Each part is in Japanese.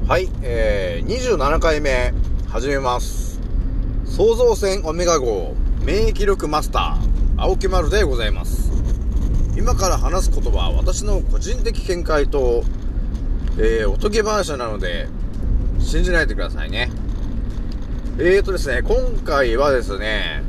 はい、27回目始めます。創造船オメガ号免疫力マスター青木丸でございます。今から話すことは私の個人的見解と、おとぎ話なので信じないでくださいね。ですね、今回はですね、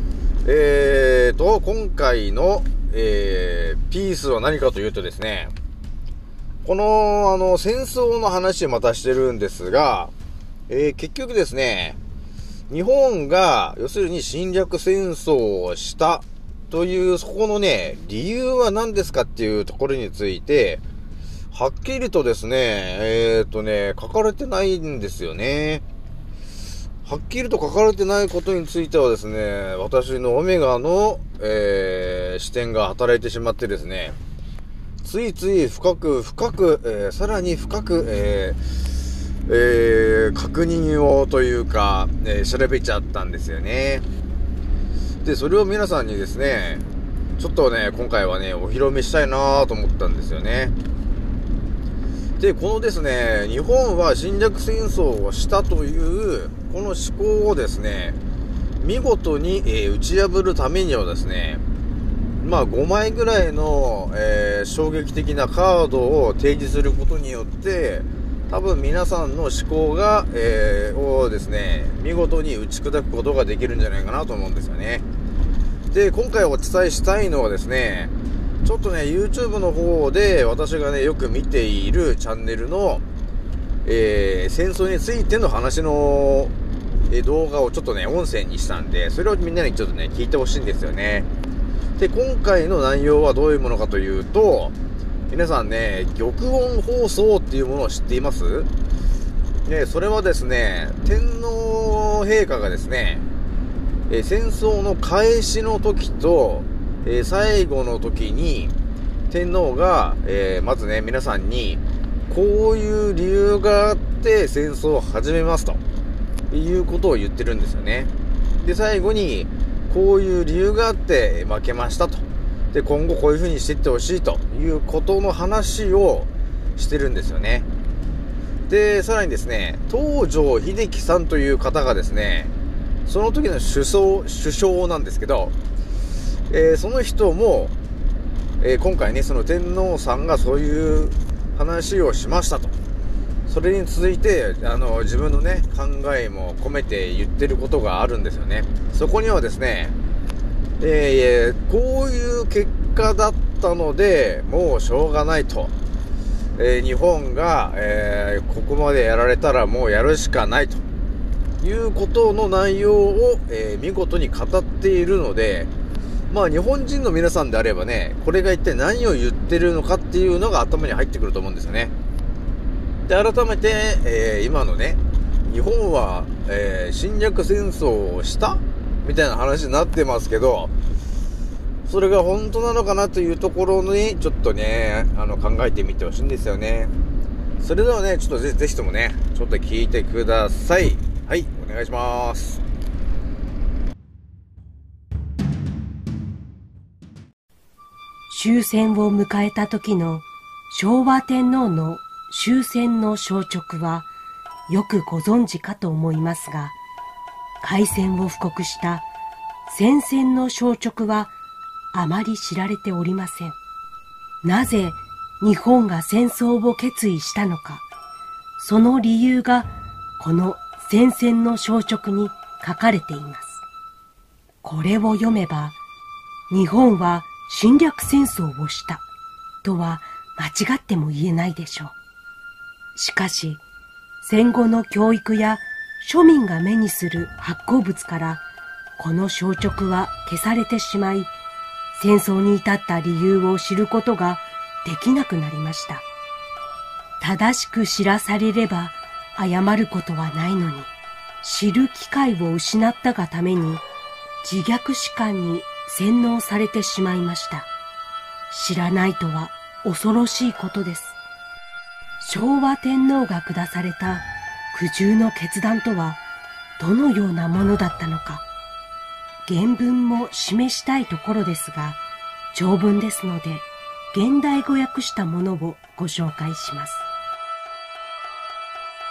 今回の、ピースは何かというとですね、この、戦争の話をまたしてるんですが、結局ですね、日本が、要するに侵略戦争をしたという、そこのね、理由は何ですかっていうところについて、はっきりとですね、書かれてないんですよね。はっきりと書かれてないことについてはですね、私のオメガの、視点が働いてしまってですね、ついつい深く、さらに深く、確認をというか、調べちゃったんですよね。で、それを皆さんにですね、ちょっとね、今回はね、お披露目したいなと思ったんですよね。で、このですね、日本は侵略戦争をしたという、この思考をですね、見事に、打ち破るためにはですね、5枚ぐらいの、衝撃的なカードを提示することによって、多分皆さんの思考が、をですね、見事に打ち砕くことができるんじゃないかなと思うんですよね。で、今回お伝えしたいのはですね、ちょっとね、YouTube の方で私がね、よく見ているチャンネルの、戦争についての話の、動画をちょっとね、音声にしたんで、それをみんなにちょっとね、聞いてほしいんですよね。で、今回の内容はどういうものかというと、皆さんね、玉音放送っていうものを知っています？それはですね、天皇陛下がですね、戦争の開始の時と、最後の時に、天皇が、まずね、皆さんに、こういう理由があって戦争を始めますということを言ってるんですよね。で、最後に、こういう理由があって負けましたと。で、今後こういう風にしていってほしいということの話をしてるんですよね。で、さらにですね、東條英機さんという方がですね、その時の首相なんですけど、その人も、今回ね、その天皇さんがそういう話をしましたと。それに続いて、自分のね、考えも込めて言ってることがあるんですよね。そこにはですね、こういう結果だったので、もうしょうがないと。日本が、ここまでやられたらもうやるしかないということの内容を、見事に語っているので、日本人の皆さんであればね、これが一体何を言ってるのかっていうのが頭に入ってくると思うんですよね。で、改めて、今のね、日本は、侵略戦争をしたみたいな話になってますけど、それが本当なのかなというところにちょっとね、考えてみてほしいんですよね。それではね、ちょっとぜひともね、ちょっと聞いてください。はい、お願いします。 終戦を迎えた時の昭和天皇の終戦の消直はよくご存知かと思いますが、開戦を布告した戦線の消直はあまり知られておりません。なぜ日本が戦争を決意したのか、その理由がこの戦線の消直に書かれています。これを読めば、日本は侵略戦争をしたとは間違っても言えないでしょう。しかし、戦後の教育や庶民が目にする発行物からこの消直は消されてしまい、戦争に至った理由を知ることができなくなりました。正しく知らされれば謝ることはないのに、知る機会を失ったがために自虐史観に洗脳されてしまいました。知らないとは恐ろしいことです。昭和天皇が下された苦渋の決断とはどのようなものだったのか、原文も示したいところですが、長文ですので現代語訳したものをご紹介します。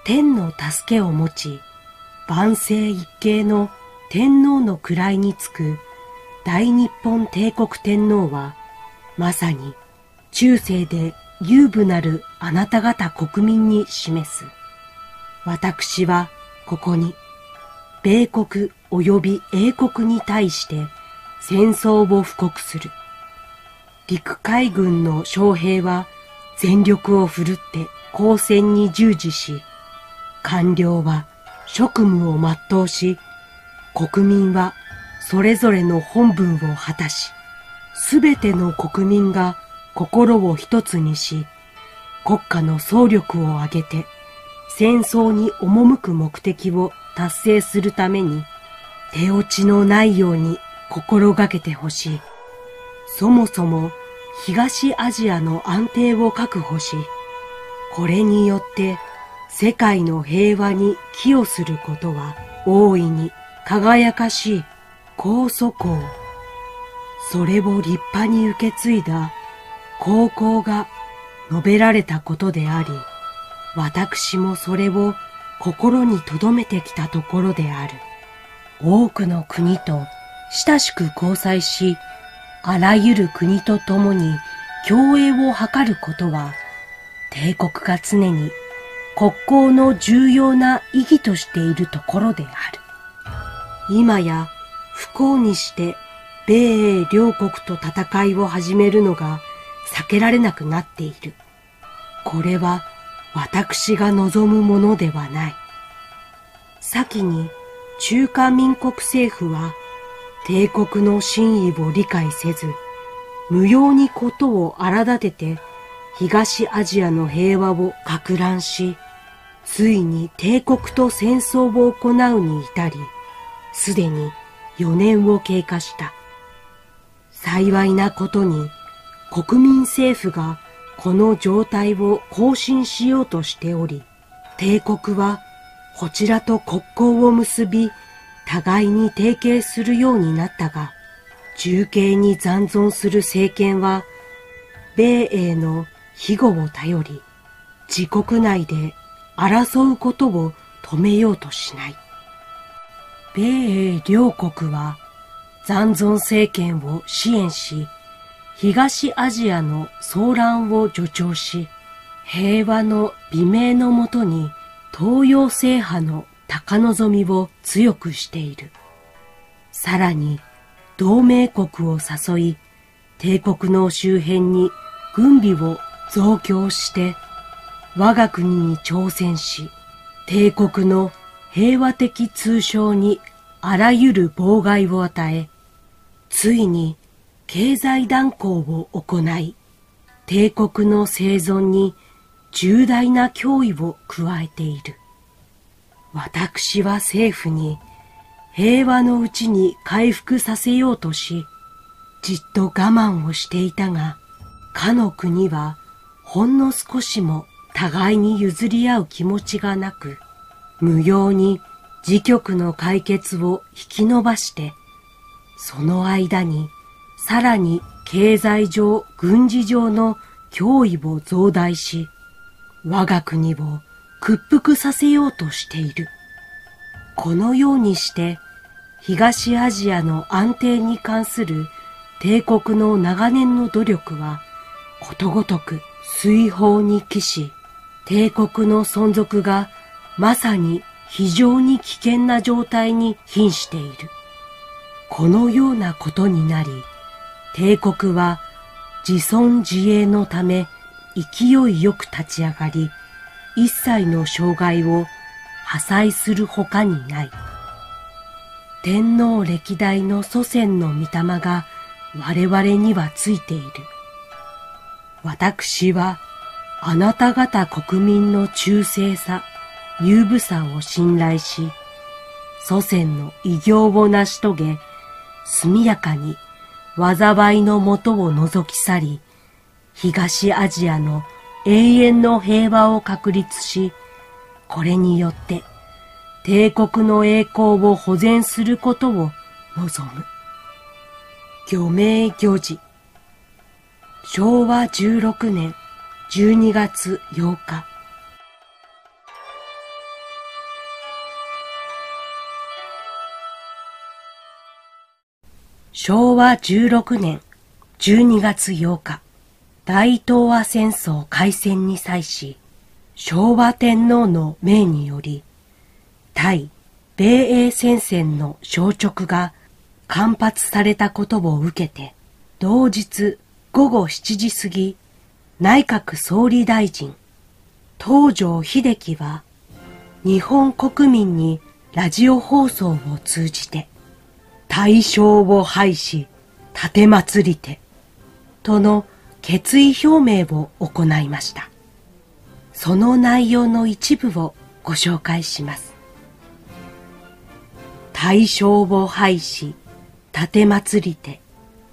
天の助けを持ち、万世一系の天皇の位につく大日本帝国天皇は、まさに中世で勇武なるあなた方国民に示す。私はここに、米国及び英国に対して戦争を布告する。陸海軍の将兵は全力を振るって交戦に従事し、官僚は職務を全うし、国民はそれぞれの本分を果たし、すべての国民が心を一つにし、国家の総力を挙げて戦争に赴く目的を達成するために手落ちのないように心がけてほしい。そもそも東アジアの安定を確保し、これによって世界の平和に寄与することは大いに輝かしい高祖公、それを立派に受け継いだ高校が述べられたことであり、私もそれを心に留めてきたところである。多くの国と親しく交際し、あらゆる国と共に共栄を図ることは、帝国が常に国交の重要な意義としているところである。今や不幸にして米英両国と戦いを始めるのが避けられなくなっている。これは私が望むものではない。先に中華民国政府は帝国の真意を理解せず、無用にことを荒立てて東アジアの平和を撹乱し、ついに帝国と戦争を行うに至り、すでに4年を経過した。幸いなことに国民政府がこの状態を更新しようとしており、帝国はこちらと国交を結び、互いに提携するようになったが、重慶に残存する政権は、米英の庇護を頼り、自国内で争うことを止めようとしない。米英両国は残存政権を支援し、東アジアの騒乱を助長し、平和の美名のもとに東洋制覇の高望みを強くしている。さらに同盟国を誘い、帝国の周辺に軍備を増強して、我が国に挑戦し、帝国の平和的通商にあらゆる妨害を与え、ついに経済断行を行い、帝国の生存に重大な脅威を加えている。私は政府に平和のうちに回復させようとし、じっと我慢をしていたが、かの国はほんの少しも互いに譲り合う気持ちがなく、無用に自局の解決を引き延ばして、その間にさらに経済上軍事上の脅威を増大し、我が国を屈服させようとしている。このようにして東アジアの安定に関する帝国の長年の努力はことごとく水泡に帰し、帝国の存続がまさに非常に危険な状態に瀕している。このようなことになり、帝国は自存自衛のため勢いよく立ち上がり、一切の障害を破砕するほかにない。天皇歴代の祖先の御霊が我々にはついている。私はあなた方国民の忠誠さ、勇武さを信頼し、祖先の偉業を成し遂げ、速やかに災いのもとを除き去り、東アジアの永遠の平和を確立し、これによって帝国の栄光を保全することを望む。御命御示。昭和16年12月8日。 昭和16年12月8日、大東亜戦争開戦に際し、昭和天皇の命により、対米英戦線の消直が刊発されたことを受けて、同日午後7時過ぎ、内閣総理大臣、東條英機は、日本国民にラジオ放送を通じて、大正を廃し、奉りて、との決意表明を行いました。その内容の一部をご紹介します。大正を廃し、奉りて。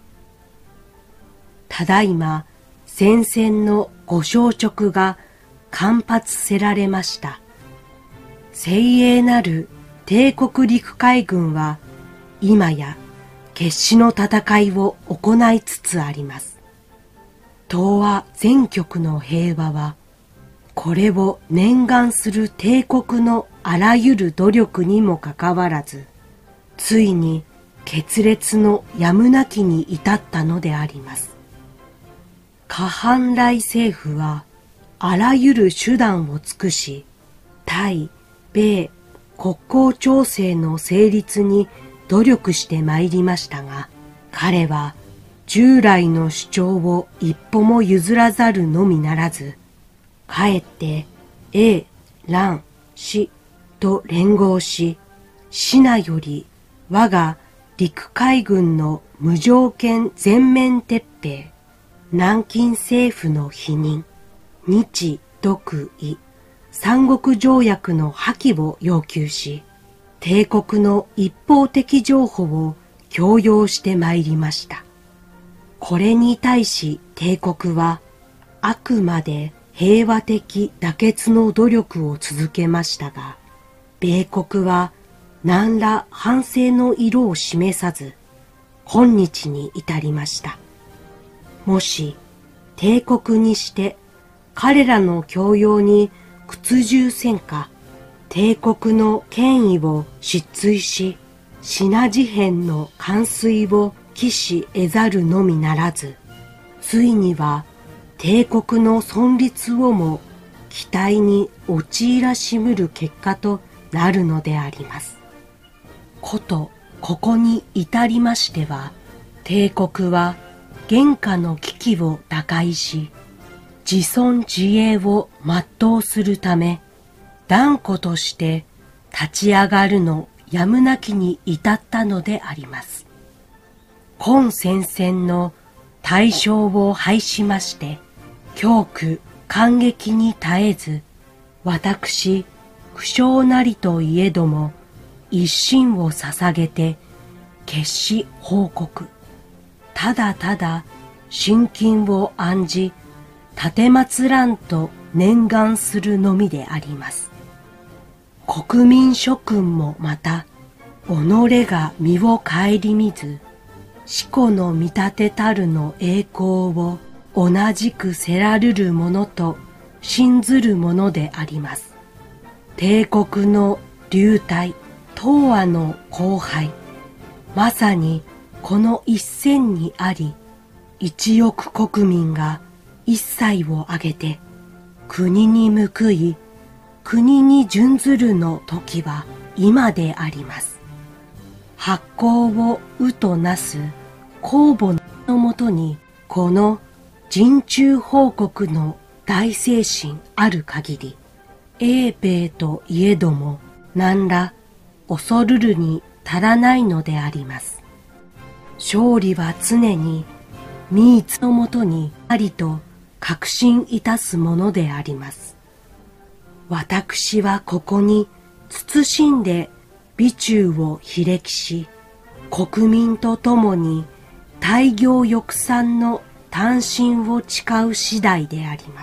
ただいま戦線のご消直が刊発せられました。精鋭なる帝国陸海軍は今や決死の戦いを行いつつあります。東亜全局の平和はこれを念願する帝国のあらゆる努力にもかかわらず、ついに決裂のやむなきに至ったのであります。過半来政府はあらゆる手段を尽くし、対米国交調整の成立に努力してまいりましたが、彼は従来の主張を一歩も譲らざるのみならず、かえって英、蘭、史と連合し、シナより我が陸海軍の無条件全面撤兵、南京政府の否認、日独伊三国条約の破棄を要求し、帝国の一方的譲歩を強要してまいりました。これに対し帝国はあくまで平和的妥結の努力を続けましたが、米国は何ら反省の色を示さず、今日に至りました。もし帝国にして彼らの強要に屈従せんか、帝国の権威を失墜し、シナ事変の完遂を期し得ざるのみならず、ついには帝国の存立をも期待に陥らしむる結果となるのであります。ことここに至りましては、帝国は現下の危機を打開し、自存自衛を全うするため、断固として立ち上がるのやむなきに至ったのであります。今戦線の大正を廃しまして、恐怖感激に絶えず、私不詳なりといえども一心を捧げて決し報告、ただただ信金を案じ奉らんと念願するのみであります。国民諸君もまた己が身を顧みず、至古の見立てたるの栄光を同じくせらるるものと信ずるものであります。帝国の流体、東亜の荒廃、まさにこの一線にあり、一億国民が一切を挙げて国に報い、国に準ずるの時は今であります。発行をうとなす公募のもとに、この人中報告の大精神ある限り、英米といえども何ら恐るるに足らないのであります。勝利は常に民意のもとにありと確信いたすものであります。私はここに謹んで備中を披歴し、国民と共に大業翼賛の単身を誓う次第であります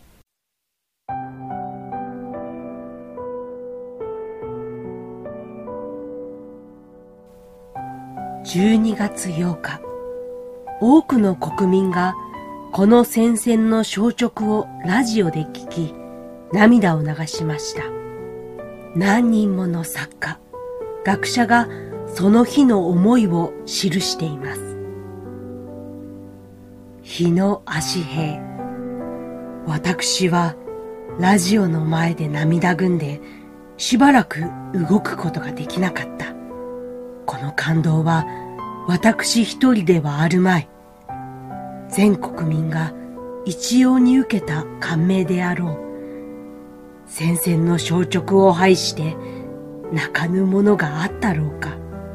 。12月8日、多くの国民がこの戦線の消直をラジオで聞き、涙を流しました。何人もの作家、学者がその日の思いを記しています。日の足平。私はラジオの前で涙ぐんでしばらく動くことができなかった。この感動は私一人ではあるまい。全国民が一様に受けた感銘であろう。戦線の消直を排して泣かぬものがあったろうか。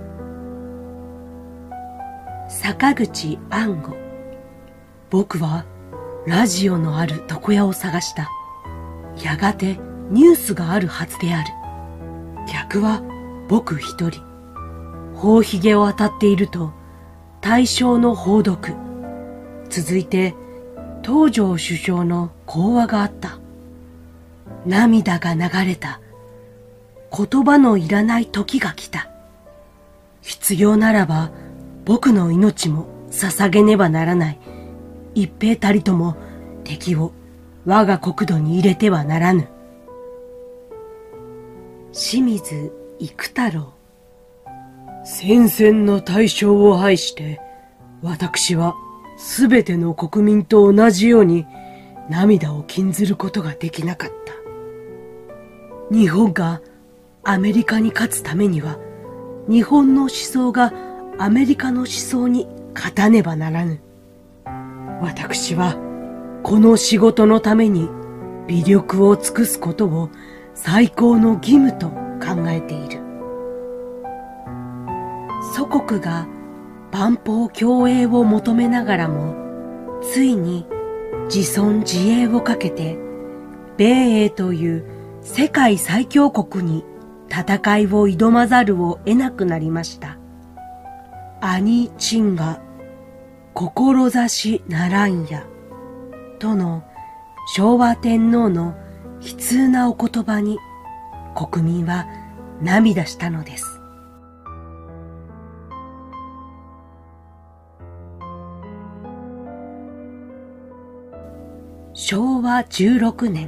坂口安吾。僕はラジオのある床屋を探した。やがてニュースがあるはずである。客は僕一人。頬ひげを当たっていると大正の報読、続いて東条首相の講話があった。涙が流れた。言葉のいらない時が来た。必要ならば僕の命も捧げねばならない。一兵たりとも敵を我が国土に入れてはならぬ。清水育太郎。戦線の対象を排して私はすべての国民と同じように涙を禁ずることができなかった。日本がアメリカに勝つためには日本の思想がアメリカの思想に勝たねばならぬ。私はこの仕事のために微力を尽くすことを最高の義務と考えている。祖国が万邦共栄を求めながらも、ついに自存自衛をかけて米英という世界最強国に戦いを挑まざるを得なくなりました。兄陳が志ならんやとの昭和天皇の悲痛なお言葉に国民は涙したのです。昭和16年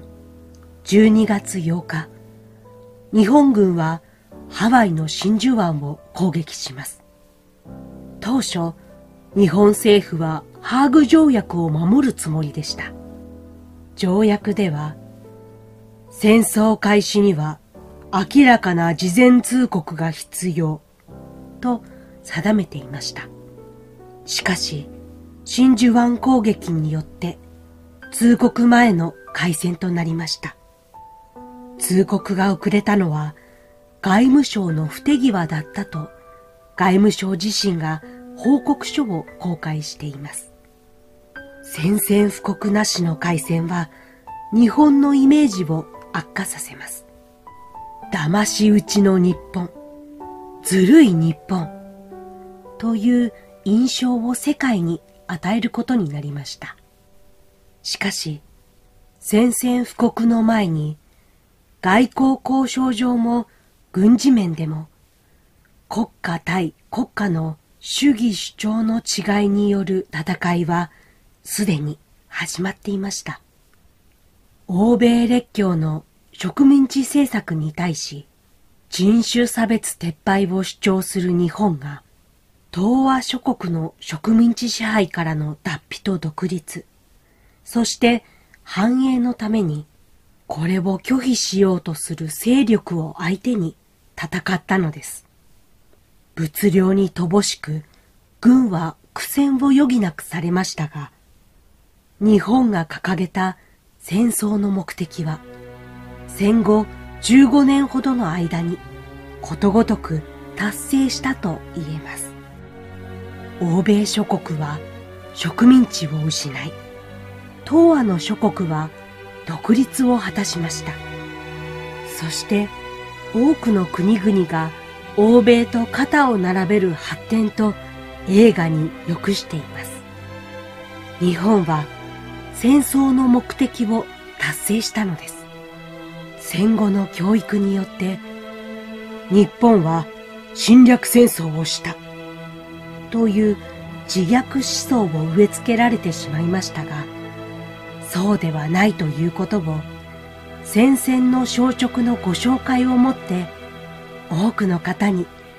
12月8日、日本軍はハワイの真珠湾を攻撃します。当初、日本政府はハーグ条約を守るつもりでした。条約では、戦争開始には明らかな事前通告が必要と定めていました。しかし、真珠湾攻撃によって通告前の開戦となりました。通告が遅れたのは外務省の不手際だったと外務省自身が報告書を公開しています。宣戦布告なしの開戦は日本のイメージを悪化させます。騙し討ちの日本、ずるい日本という印象を世界に与えることになりました。しかし、宣戦布告の前に外交交渉上も軍事面でも国家対国家の主義主張の違いによる戦いはすでに始まっていました。欧米列強の植民地政策に対し人種差別撤廃を主張する日本が東亜諸国の植民地支配からの脱皮と独立、そして繁栄のためにこれを拒否しようとする勢力を相手に戦ったのです。物量に乏しく軍は苦戦を余儀なくされましたが、日本が掲げた戦争の目的は戦後15年ほどの間にことごとく達成したと言えます。欧米諸国は植民地を失い、東亜の諸国は独立を果たしました。そして多くの国々が欧米と肩を並べる発展と栄華に浴しています。日本は戦争の目的を達成したのです。戦後の教育によって日本は侵略戦争をしたという自虐思想を植え付けられてしまいましたが、そうではないということを戦線の消直のご紹介をもって多くの方に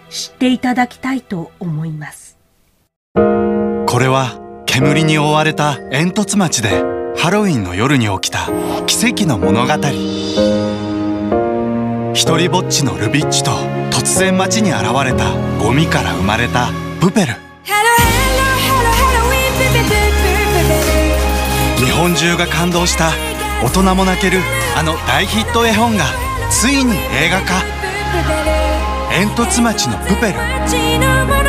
知っていただきたいと思います。 これは煙に覆われた煙突町でハロウィンの夜に起きた奇跡の物語。一人ぼっちのルビッチと突然街に現れたゴミから生まれたプペル。日本中が感動した大人も泣けるあの大ヒット絵本がついに映画化。煙突町のプペル。